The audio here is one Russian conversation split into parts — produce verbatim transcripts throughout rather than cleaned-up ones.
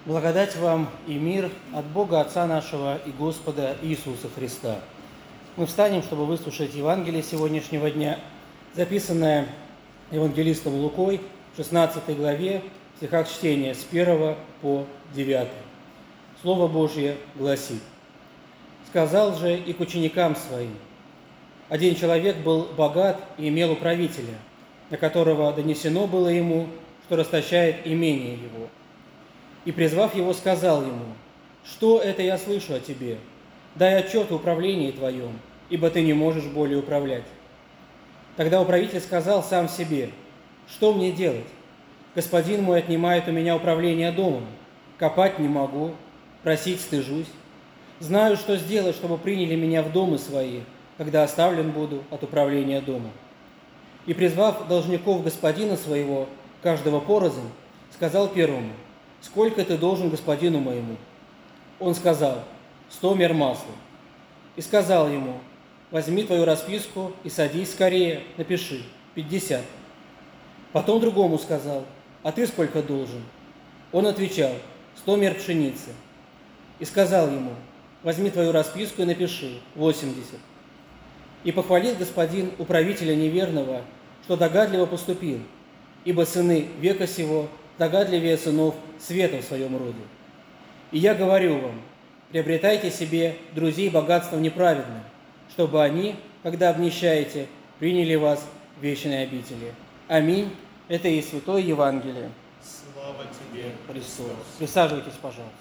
Благодать вам и мир от Бога Отца нашего и Господа Иисуса Христа. Мы встанем, чтобы выслушать Евангелие сегодняшнего дня, записанное евангелистом Лукой в шестнадцатой главе, в стихах чтения с первого по девятый. Слово Божье гласит: «Сказал же и к ученикам своим: один человек был богат и имел управителя, на которого донесено было ему, что расточает имение его. И, призвав его, сказал ему: что это я слышу о тебе? Дай отчет в управлении твоем, ибо ты не можешь более управлять. Тогда управитель сказал сам себе: что мне делать? Господин мой отнимает у меня управление домом. Копать не могу, просить стыжусь. Знаю, что сделать, чтобы приняли меня в домы свои, когда оставлен буду от управления домом. И, призвав должников господина своего, каждого порознь, сказал первому: сколько ты должен господину моему? Он сказал: сто мер масла. И сказал ему: возьми твою расписку и садись скорее, напиши, пятьдесят. Потом другому сказал: а ты сколько должен? Он отвечал: сто мер пшеницы. И сказал ему: возьми твою расписку и напиши, восемьдесят. И похвалил господин управителя неверного, что догадливо поступил, ибо сыны века сего догадливее сынов света в своем роде. И я говорю вам: приобретайте себе друзей богатством неправедным, чтобы они, когда обнищаете, приняли вас в вечной обители. Аминь. Это и Святое Евангелие. Слава тебе, Христос. Присаживайтесь, пожалуйста.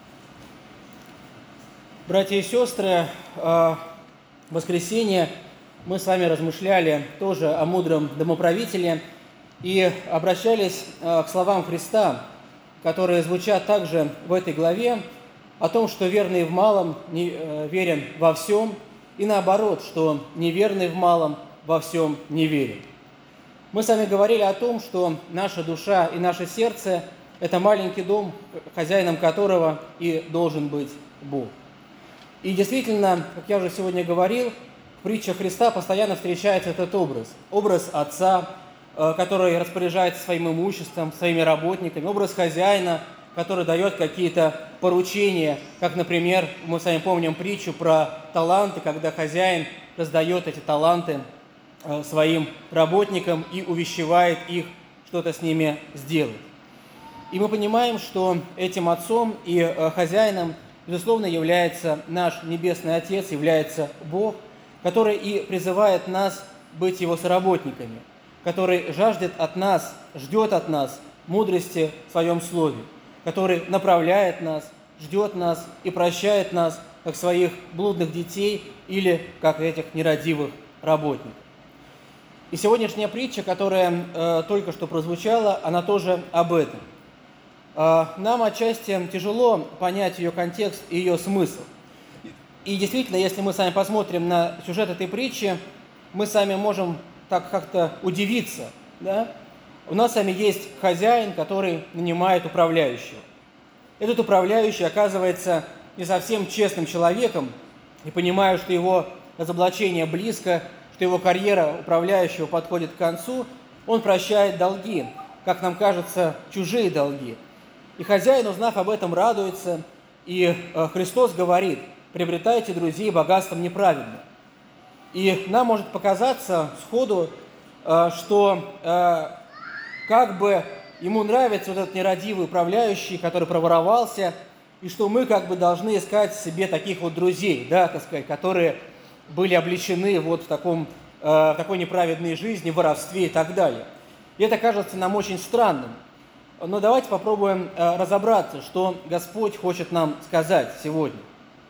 Братья и сестры, в воскресенье мы с вами размышляли тоже о мудром домоправителе и обращались к словам Христа, которые звучат также в этой главе, о том, что верный в малом не верен во всем, и наоборот, что неверный в малом во всем не верен. Мы с вами говорили о том, что наша душа и наше сердце – это маленький дом, хозяином которого и должен быть Бог. И действительно, как я уже сегодня говорил, в притчах Христа постоянно встречается этот образ. Образ отца, который распоряжается своим имуществом, своими работниками, образ хозяина, который дает какие-то поручения, как, например, мы с вами помним притчу про таланты, когда хозяин раздает эти таланты своим работникам и увещевает их что-то с ними сделать. И мы понимаем, что этим отцом и хозяином, безусловно, является наш Небесный Отец, является Бог, который и призывает нас быть Его соработниками, который жаждет от нас, ждет от нас мудрости в Своем Слове, который направляет нас, ждет нас и прощает нас, как своих блудных детей или как этих нерадивых работников. И сегодняшняя притча, которая э, только что прозвучала, она тоже об этом. Э, нам отчасти тяжело понять ее контекст и ее смысл. И действительно, если мы с вами посмотрим на сюжет этой притчи, мы сами можем так как-то удивиться. Да? У нас с вами есть хозяин, который нанимает управляющего. Этот управляющий оказывается не совсем честным человеком, и понимая, что его разоблачение близко, что его карьера управляющего подходит к концу, он прощает долги, как нам кажется, чужие долги. И хозяин, узнав об этом, радуется, и Христос говорит: приобретайте друзей богатством неправедным. И нам может показаться сходу, что как бы ему нравится вот этот нерадивый управляющий, который проворовался, и что мы как бы должны искать себе таких вот друзей, да, так сказать, которые были облечены вот в, таком, в такой неправедной жизни, воровстве и так далее. И это кажется нам очень странным. Но давайте попробуем разобраться, что Господь хочет нам сказать сегодня.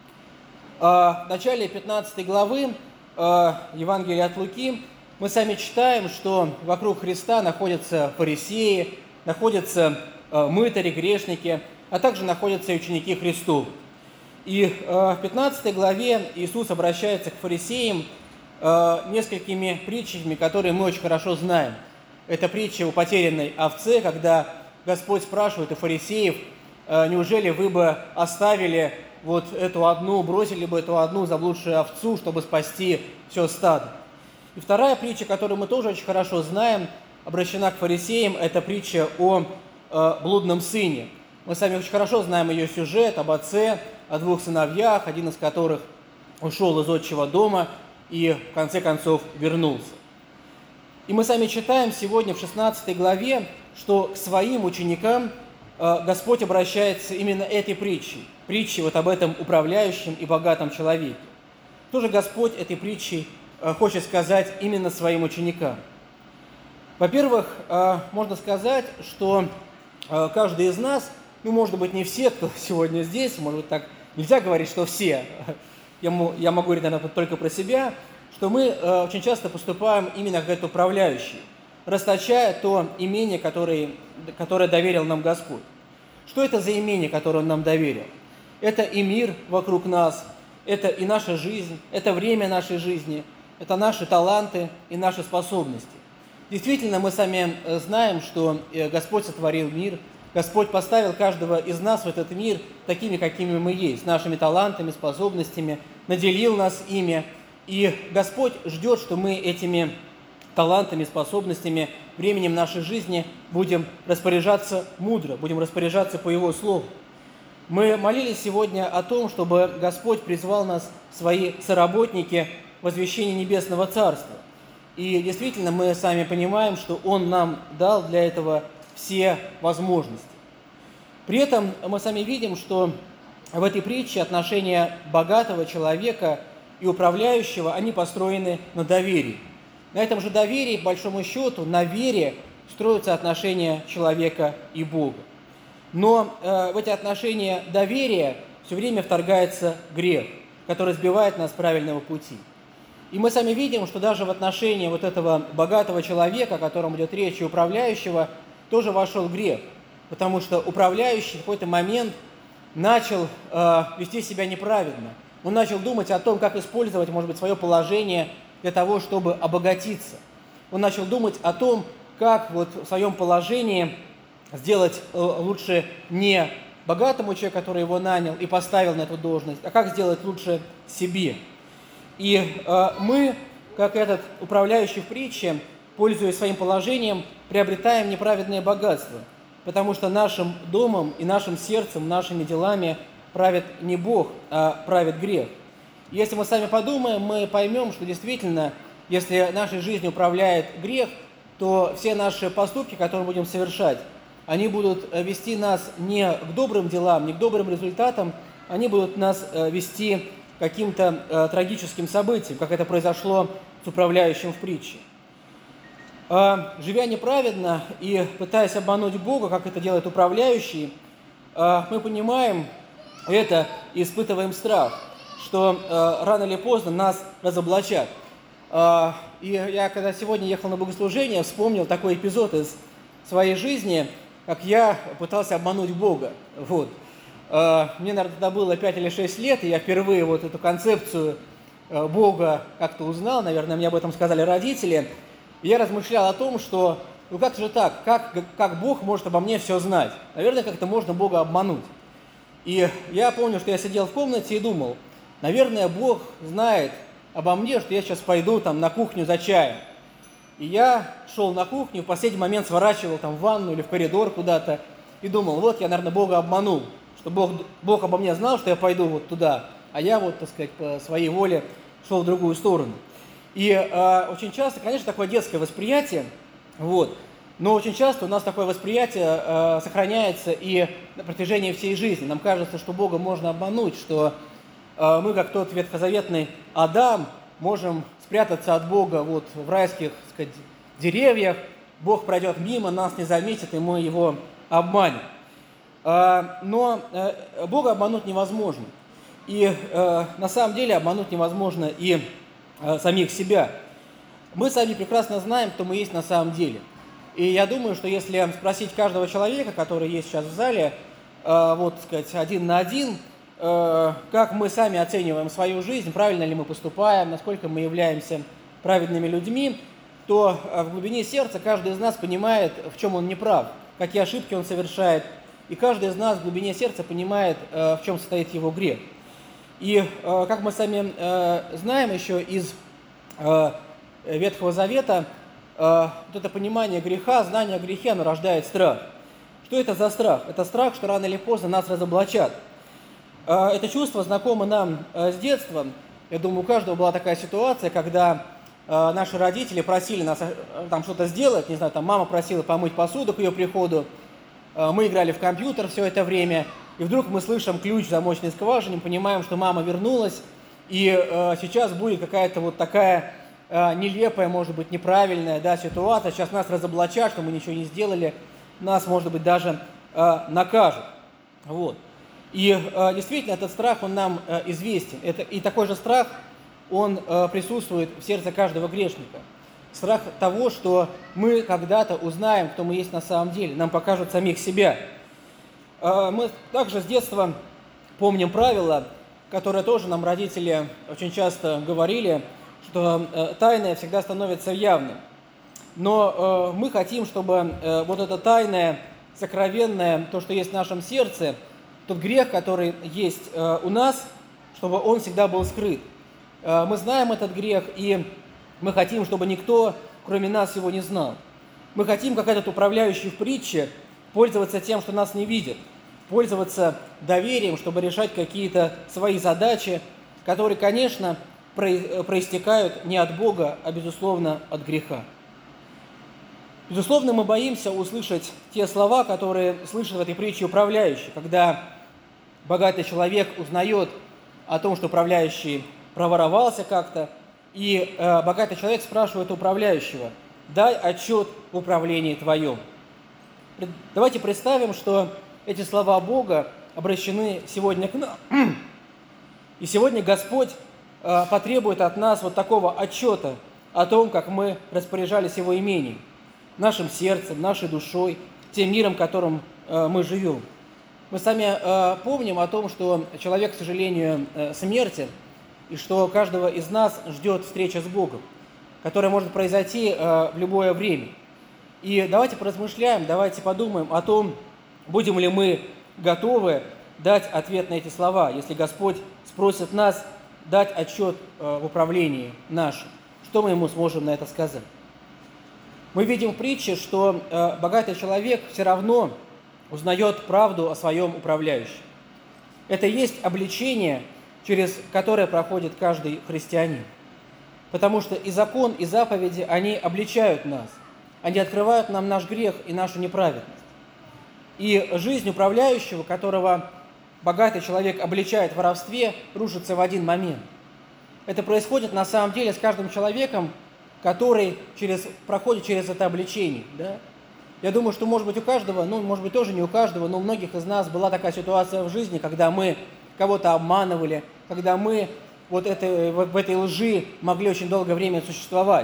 В начале пятнадцатой главы Евангелия от Луки мы сами читаем, что вокруг Христа находятся фарисеи, находятся мытари, грешники, а также находятся и ученики Христовы. И в пятнадцатой главе Иисус обращается к фарисеям несколькими притчами, которые мы очень хорошо знаем. Это притча о потерянной овце, когда Господь спрашивает у фарисеев: неужели вы бы оставили вот эту одну, бросили бы эту одну заблудшую овцу, чтобы спасти все стадо? И вторая притча, которую мы тоже очень хорошо знаем, обращена к фарисеям, это притча о э, блудном сыне, Мы сами очень хорошо знаем ее сюжет об отце, о двух сыновьях, один из которых ушел из отчего дома и в конце концов вернулся. И мы сами читаем сегодня в шестнадцатой главе, что к своим ученикам Господь обращается именно этой притчей, притчей вот об этом управляющем и богатом человеке. Тоже Господь этой притчей хочет сказать именно своим ученикам. Во-первых, можно сказать, что каждый из нас, ну, может быть, не все, кто сегодня здесь, может быть, так нельзя говорить, что все, я могу говорить, наверное, только про себя, что мы очень часто поступаем именно как управляющие, расточая то имение, которое, которое доверил нам Господь. Что это за имение, которое Он нам доверил? Это и мир вокруг нас, это и наша жизнь, это время нашей жизни, это наши таланты и наши способности. Действительно, мы сами знаем, что Господь сотворил мир, Господь поставил каждого из нас в этот мир такими, какими мы есть, с нашими талантами, способностями, наделил нас ими. И Господь ждет, что мы этими талантами, способностями, временем нашей жизни будем распоряжаться мудро, будем распоряжаться по Его Слову. Мы молились сегодня о том, чтобы Господь призвал нас в свои соработники в возвещении Небесного Царства. И действительно, мы сами понимаем, что Он нам дал для этого все возможности. При этом мы сами видим, что в этой притче отношения богатого человека и управляющего, они построены на доверии. На этом же доверии, по большому счету, на вере строятся отношения человека и Бога. Но э, в эти отношения доверия все время вторгается грех, который сбивает нас с правильного пути. И мы сами видим, что даже в отношении вот этого богатого человека, о котором идет речь, и управляющего, тоже вошел грех, потому что управляющий в какой-то момент начал э, вести себя неправедно. Он начал думать о том, как использовать, может быть, свое положение для того, чтобы обогатиться. Он начал думать о том, как вот в своем положении сделать э, лучше не богатому человеку, который его нанял и поставил на эту должность, а как сделать лучше себе. И э, мы, как этот управляющий в притче, пользуясь своим положением, приобретаем неправедное богатство, потому что нашим домом и нашим сердцем, нашими делами правит не Бог, а правит грех. Если мы сами подумаем, мы поймем, что действительно, если нашей жизнью управляет грех, то все наши поступки, которые мы будем совершать, они будут вести нас не к добрым делам, не к добрым результатам, они будут нас вести к каким-то э, трагическим событиям, как это произошло с управляющим в притче. Э, живя неправедно и пытаясь обмануть Бога, как это делает управляющий, э, мы понимаем это и испытываем страх, что э, рано или поздно нас разоблачат. Э, и я, когда сегодня ехал на богослужение, вспомнил такой эпизод из своей жизни, как я пытался обмануть Бога. Вот. Мне, наверное, тогда было пять или шесть лет, и я впервые вот эту концепцию Бога как-то узнал, наверное, мне об этом сказали родители. И я размышлял о том, что, ну как же так, как, как Бог может обо мне все знать? Наверное, как-то можно Бога обмануть. И я помню, что я сидел в комнате и думал, наверное, Бог знает обо мне, что я сейчас пойду там на кухню за чаем. И я шел на кухню, в последний момент сворачивал там в ванну или в коридор куда-то и думал, вот я, наверное, Бога обманул, что Бог, Бог обо мне знал, что я пойду вот туда, а я вот, так сказать, по своей воле шел в другую сторону. И э, очень часто, конечно, такое детское восприятие, вот, но очень часто у нас такое восприятие э, сохраняется и на протяжении всей жизни. Нам кажется, что Бога можно обмануть, что э, мы, как тот ветхозаветный Адам, можем спрятаться от Бога вот в райских, так сказать, деревьях, Бог пройдет мимо, нас не заметит, и мы его обманем. Но Бога обмануть невозможно. И на самом деле обмануть невозможно и самих себя. Мы сами прекрасно знаем, кто мы есть на самом деле. И я думаю, что если спросить каждого человека, который есть сейчас в зале, вот, так сказать, один на один, как мы сами оцениваем свою жизнь, правильно ли мы поступаем, насколько мы являемся праведными людьми, то в глубине сердца каждый из нас понимает, в чем он неправ, какие ошибки он совершает, и каждый из нас в глубине сердца понимает, в чем состоит его грех. И как мы сами знаем еще из Ветхого Завета, вот это понимание греха, знание о грехе, оно рождает страх. Что это за страх? Это страх, что рано или поздно нас разоблачат. Это чувство знакомо нам с детства. Я думаю, у каждого была такая ситуация, когда наши родители просили нас там что-то сделать, не знаю, там мама просила помыть посуду к ее приходу, мы играли в компьютер все это время, и вдруг мы слышим ключ в замочной скважине, понимаем, что мама вернулась, и сейчас будет какая-то вот такая нелепая, может быть, неправильная, да, ситуация, сейчас нас разоблачат, что мы ничего не сделали, нас, может быть, даже накажут. Вот. И действительно, этот страх, он нам известен. Это, и такой же страх, он присутствует в сердце каждого грешника. Страх того, что мы когда-то узнаем, кто мы есть на самом деле, нам покажут самих себя. Мы также с детства помним правило, которое тоже нам родители очень часто говорили, что тайное всегда становится явным. Но мы хотим, чтобы вот это тайное, сокровенное, то, что есть в нашем сердце, тот грех, который есть у нас, чтобы он всегда был скрыт. Мы знаем этот грех, и мы хотим, чтобы никто, кроме нас, его не знал. Мы хотим, как этот управляющий в притче, пользоваться тем, что нас не видят, пользоваться доверием, чтобы решать какие-то свои задачи, которые, конечно, проистекают не от Бога, а, безусловно, от греха. Безусловно, мы боимся услышать те слова, которые слышит в этой притче управляющий, когда богатый человек узнает о том, что управляющий проворовался как-то, и э, богатый человек спрашивает управляющего: «Дай отчет в управлении твоем». Давайте представим, что эти слова Бога обращены сегодня к нам. И сегодня Господь э, потребует от нас вот такого отчета о том, как мы распоряжались Его имением, нашим сердцем, нашей душой, тем миром, в котором э, мы живем. Мы сами э, помним о том, что человек, к сожалению, э, смертен, и что каждого из нас ждет встреча с Богом, которая может произойти э, в любое время. И давайте поразмышляем, давайте подумаем о том, будем ли мы готовы дать ответ на эти слова, если Господь спросит нас дать отчет э, в управлении нашим. Что мы Ему сможем на это сказать? Мы видим в притче, что э, богатый человек все равно узнает правду о своем управляющем. Это и есть обличение, через которое проходит каждый христианин. Потому что и закон, и заповеди, они обличают нас. Они открывают нам наш грех и нашу неправедность. И жизнь управляющего, которого богатый человек обличает в воровстве, рушится в один момент. Это происходит на самом деле с каждым человеком, который через, проходит через это обличение. Да? Я думаю, что, может быть, у каждого, ну, может быть, тоже не у каждого, но у многих из нас была такая ситуация в жизни, когда мы кого-то обманывали, когда мы вот это, вот в этой лжи могли очень долгое время существовать.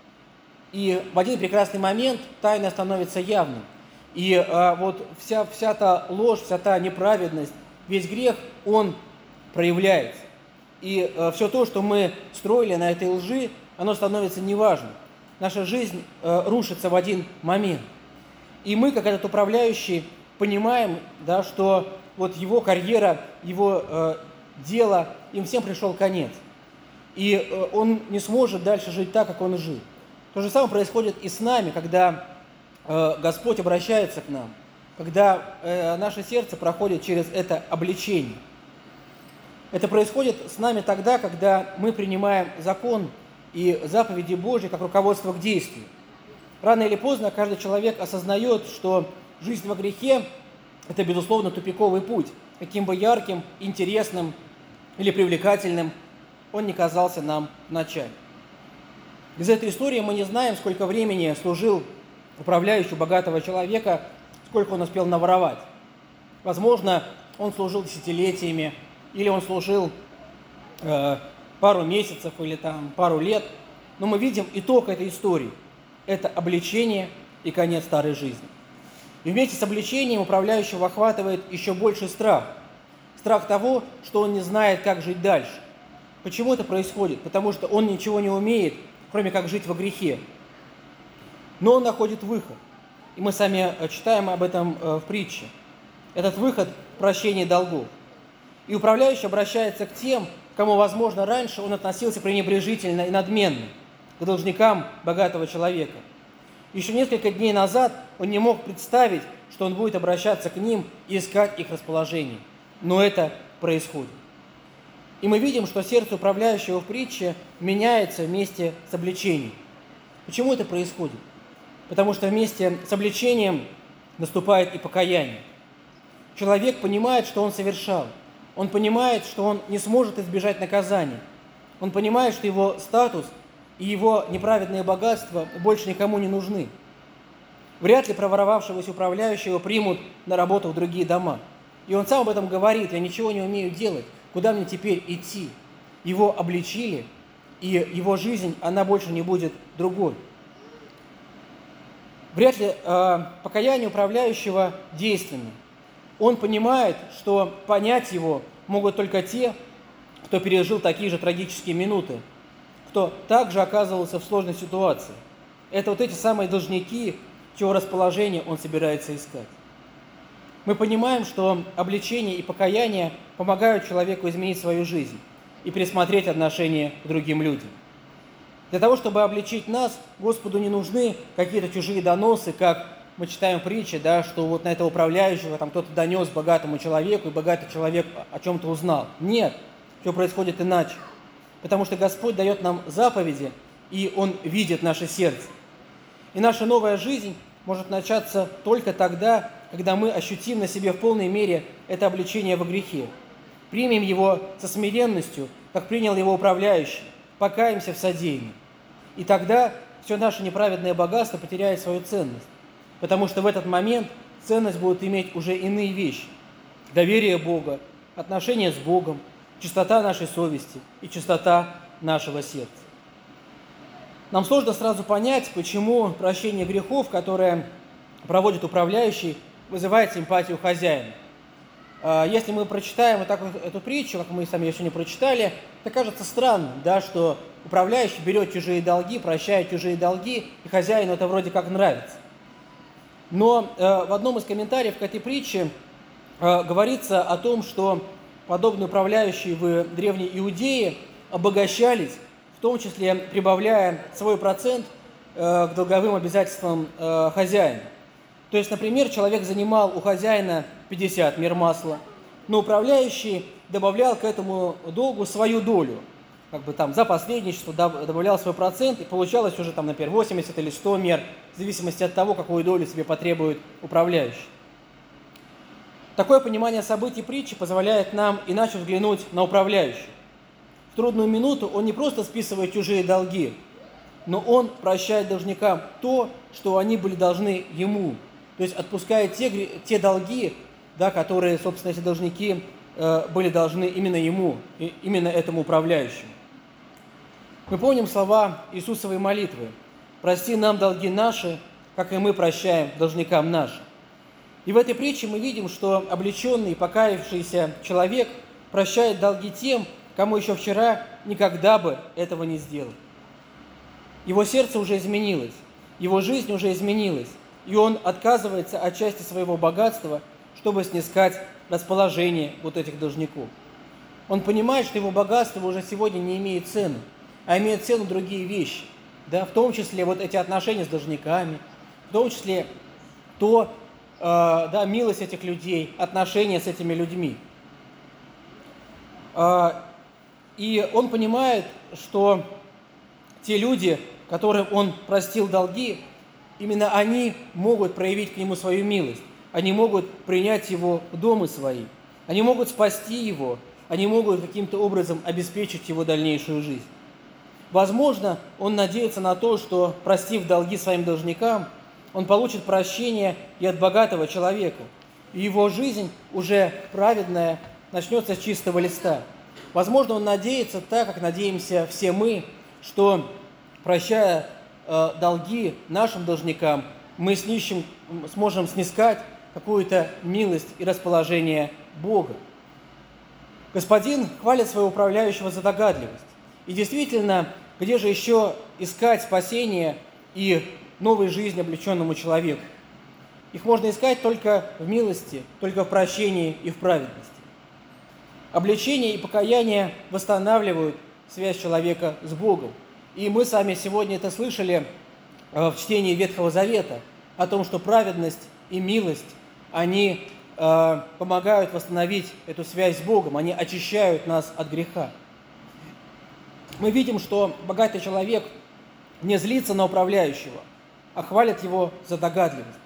И в один прекрасный момент тайна становится явной. И а, вот вся, вся та ложь, вся та неправедность, весь грех, он проявляется. И а, все то, что мы строили на этой лжи, оно становится неважным. Наша жизнь а, рушится в один момент. И мы, как этот управляющий, понимаем, да, что вот его карьера, его э, дело, им всем пришел конец. И э, он не сможет дальше жить так, как он жил. То же самое происходит и с нами, когда э, Господь обращается к нам, когда э, наше сердце проходит через это обличение. Это происходит с нами тогда, когда мы принимаем закон и заповеди Божьи как руководство к действию. Рано или поздно каждый человек осознает, что жизнь во грехе – это, безусловно, тупиковый путь. Каким бы ярким, интересным или привлекательным он не казался нам вначале. Из этой истории мы не знаем, сколько времени служил управляющий богатого человека, сколько он успел наворовать. Возможно, он служил десятилетиями, или он служил э, пару месяцев, или там, пару лет. Но мы видим итог этой истории. Это обличение и конец старой жизни. И вместе с обличением управляющего охватывает еще больше страх. Страх того, что он не знает, как жить дальше. Почему это происходит? Потому что он ничего не умеет, кроме как жить во грехе. Но он находит выход. И мы сами читаем об этом в притче. Этот выход – прощение долгов. И управляющий обращается к тем, кому, возможно, раньше он относился пренебрежительно и надменно, к должникам богатого человека. Еще несколько дней назад он не мог представить, что он будет обращаться к ним и искать их расположение. Но это происходит. И мы видим, что сердце управляющего в притче меняется вместе с обличением. Почему это происходит? Потому что вместе с обличением наступает и покаяние. Человек понимает, что он совершал. Он понимает, что он не сможет избежать наказания. Он понимает, что его статус и его неправедные богатства больше никому не нужны. Вряд ли проворовавшегося управляющего примут на работу в другие дома. И он сам об этом говорит: я ничего не умею делать, куда мне теперь идти? Его обличили, и его жизнь, она больше не будет другой. Вряд ли э, покаяние управляющего действенно. Он понимает, что понять его могут только те, кто пережил такие же трагические минуты, кто также оказывался в сложной ситуации. Это вот эти самые должники, чьего расположения он собирается искать. Мы понимаем, что обличение и покаяние помогают человеку изменить свою жизнь и пересмотреть отношение к другим людям. Для того, чтобы обличить нас, Господу не нужны какие-то чужие доносы, как мы читаем в притче, да, что вот на этого управляющего там кто-то донес богатому человеку, и богатый человек о чем-то узнал. Нет, все происходит иначе. Потому что Господь дает нам заповеди, и Он видит наше сердце. И наша новая жизнь может начаться только тогда, когда мы ощутим на себе в полной мере это обличение во грехе. Примем его со смиренностью, как принял его управляющий, покаемся в содеянии. И тогда все наше неправедное богатство потеряет свою ценность, потому что в этот момент ценность будут иметь уже иные вещи. Доверие Бога, отношения с Богом, чистота нашей совести и чистота нашего сердца. Нам сложно сразу понять, почему прощение грехов, которое проводит управляющий, вызывает симпатию хозяина. Если мы прочитаем вот так вот эту притчу, как мы сами еще не прочитали, то кажется странным, да, что управляющий берет чужие долги, прощает чужие долги, и хозяину это вроде как нравится. Но э, в одном из комментариев к этой притче э, говорится о том, что подобные управляющие в Древней Иудее обогащались, в том числе прибавляя свой процент э, к долговым обязательствам э, хозяина. То есть, например, человек занимал у хозяина пятьдесят мер масла, но управляющий добавлял к этому долгу свою долю, как бы там за посредничество добавлял свой процент, и получалось уже там, например, восемьдесят или сто мер, в зависимости от того, какую долю себе потребует управляющий. Такое понимание событий притчи позволяет нам иначе взглянуть на управляющего. В трудную минуту он не просто списывает чужие долги, но он прощает должникам то, что они были должны ему. То есть отпускает те, те долги, да, которые, собственно, эти должники э, были должны именно ему, и именно этому управляющему. Мы помним слова Иисусовой молитвы: «Прости нам долги наши, как и мы прощаем должникам нашим». И в этой притче мы видим, что облеченный и покаявшийся человек прощает долги тем, кому еще вчера никогда бы этого не сделал. Его сердце уже изменилось, его жизнь уже изменилась, и он отказывается от части своего богатства, чтобы снискать расположение вот этих должников. Он понимает, что его богатство уже сегодня не имеет цены, а имеют цену другие вещи, да, в том числе вот эти отношения с должниками, в том числе то, э, да, милость этих людей, отношения с этими людьми. Э, и он понимает, что те люди, которым он простил долги, именно они могут проявить к нему свою милость, они могут принять его в дома свои, они могут спасти его, они могут каким-то образом обеспечить его дальнейшую жизнь. Возможно, он надеется на то, что, простив долги своим должникам, он получит прощение и от богатого человека, и его жизнь, уже праведная, начнется с чистого листа. Возможно, он надеется так, как надеемся все мы, что, прощая э, долги нашим должникам, мы с нищим сможем снискать какую-то милость и расположение Бога. Господин хвалит своего управляющего за догадливость. И действительно, где же еще искать спасение и новой жизни облеченному человеку? Их можно искать только в милости, только в прощении и в праведности. Обличение и покаяние восстанавливают связь человека с Богом. И мы сами сегодня это слышали в чтении Ветхого Завета, о том, что праведность и милость они э, помогают восстановить эту связь с Богом, они очищают нас от греха. Мы видим, что богатый человек не злится на управляющего, а хвалит его за догадливость.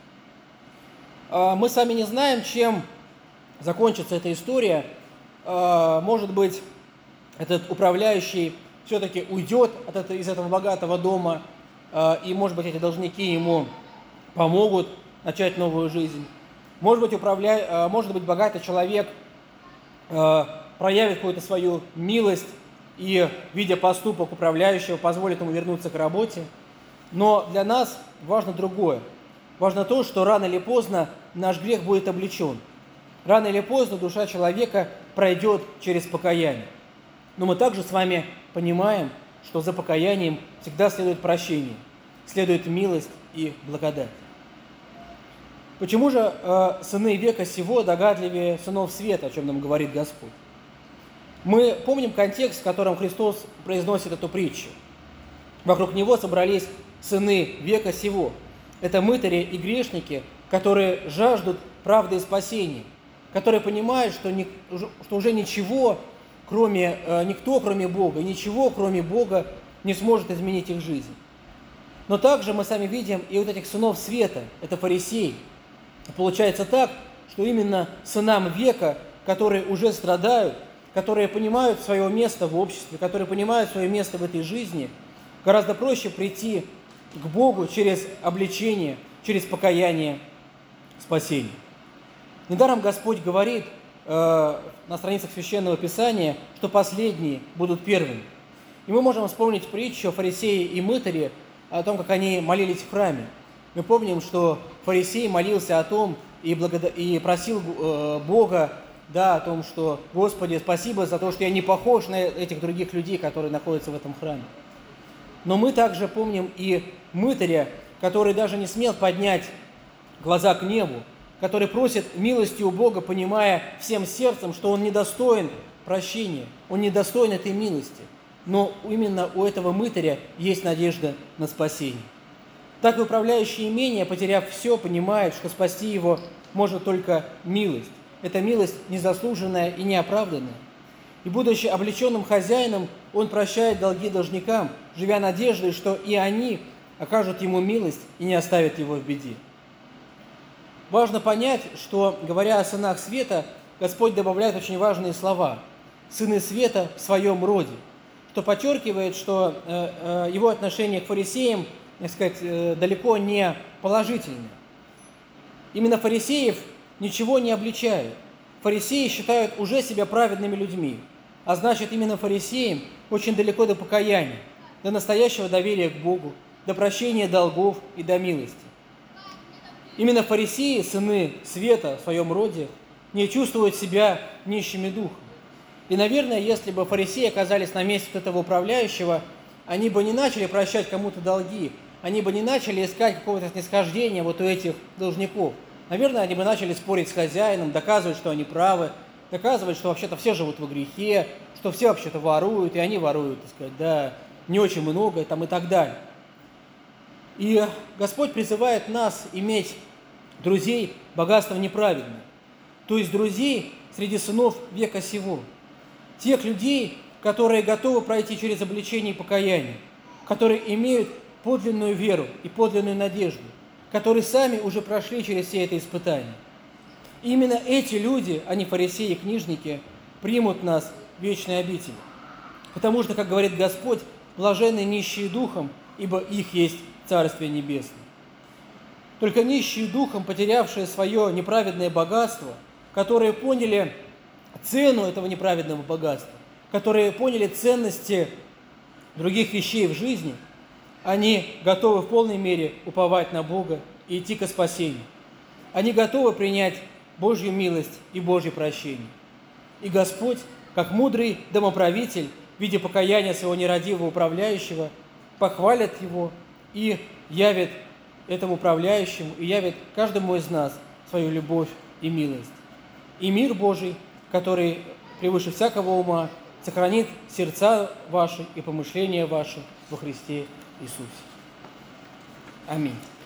Э, мы сами не знаем, чем закончится эта история. Э, может быть, этот управляющий все-таки уйдет от этого, из этого богатого дома, э, и, может быть, эти должники ему помогут начать новую жизнь. Может быть, управля... э, может быть богатый человек э, проявит какую-то свою милость и, видя поступок управляющего, позволит ему вернуться к работе. Но для нас важно другое. Важно то, что рано или поздно наш грех будет облечен. Рано или поздно душа человека пройдет через покаяние. Но мы также с вами понимаем, что за покаянием всегда следует прощение, следует милость и благодать. Почему же э, сыны века сего догадливее сынов света, о чем нам говорит Господь? Мы помним контекст, в котором Христос произносит эту притчу. Вокруг Него собрались сыны века сего. Это мытари и грешники, которые жаждут правды и спасения, которые понимают, что, не, что уже ничего, кроме, э, никто, кроме Бога, и ничего, кроме Бога, не сможет изменить их жизнь. Но также мы сами видим и вот этих сынов света, это фарисеи. Получается так, что именно сынам века, которые уже страдают, которые понимают свое место в обществе, которые понимают свое место в этой жизни, гораздо проще прийти к Богу через обличение, через покаяние, спасение. Недаром Господь говорит э, на страницах Священного Писания, что последние будут первыми. И мы можем вспомнить притчу о фарисее и мытаре, о том, как они молились в храме. Мы помним, что фарисей молился о том и, благод... и просил э, Бога, да, о том, что «Господи, спасибо за то, что я не похож на этих других людей, которые находятся в этом храме». Но мы также помним и мытаря, который даже не смел поднять глаза к небу, который просит милости у Бога, понимая всем сердцем, что он недостоин прощения, он недостоин этой милости. Но именно у этого мытаря есть надежда на спасение. Так и управляющий имение, потеряв все, понимает, что спасти его может только милость. Это милость незаслуженная и неоправданная. И, будучи облеченным хозяином, он прощает долги должникам, живя надеждой, что и они окажут ему милость и не оставят его в беде. Важно понять, что, говоря о сынах света, Господь добавляет очень важные слова. «Сыны света в своем роде», что подчеркивает, что э, э, его отношение к фарисеям, так сказать, э, далеко не положительное. Именно фарисеев ничего не обличает. Фарисеи считают уже себя праведными людьми, а значит, именно фарисеям очень далеко до покаяния, до настоящего доверия к Богу, до прощения долгов и до милости. Именно фарисеи, сыны света в своем роде, не чувствуют себя нищими духом. И, наверное, если бы фарисеи оказались на месте вот этого управляющего, они бы не начали прощать кому-то долги, они бы не начали искать какого-то снисхождения вот у этих должников. Наверное, они бы начали спорить с хозяином, доказывать, что они правы, доказывать, что вообще-то все живут во грехе, что все вообще-то воруют, и они воруют, так сказать, да, не очень много, там, и так далее. И Господь призывает нас иметь друзей богатством неправедным, то есть друзей среди сынов века сего, тех людей, которые готовы пройти через обличение и покаяние, которые имеют подлинную веру и подлинную надежду, которые сами уже прошли через все это испытания. И именно эти люди, а не фарисеи и книжники, примут нас в вечной обители. Потому что, как говорит Господь, блаженны нищие духом, ибо их есть Царствие Небесное. Только нищие духом, потерявшие свое неправедное богатство, которые поняли цену этого неправедного богатства, которые поняли ценности других вещей в жизни, они готовы в полной мере уповать на Бога и идти ко спасению. Они готовы принять Божью милость и Божье прощение. И Господь, как мудрый домоправитель, в виде покаяния своего нерадивого управляющего, похвалит его и явит этому управляющему, и явит каждому из нас свою любовь и милость. И мир Божий, который превыше всякого ума, сохранит сердца ваши и помышления ваши во Христе Иисусе. Аминь.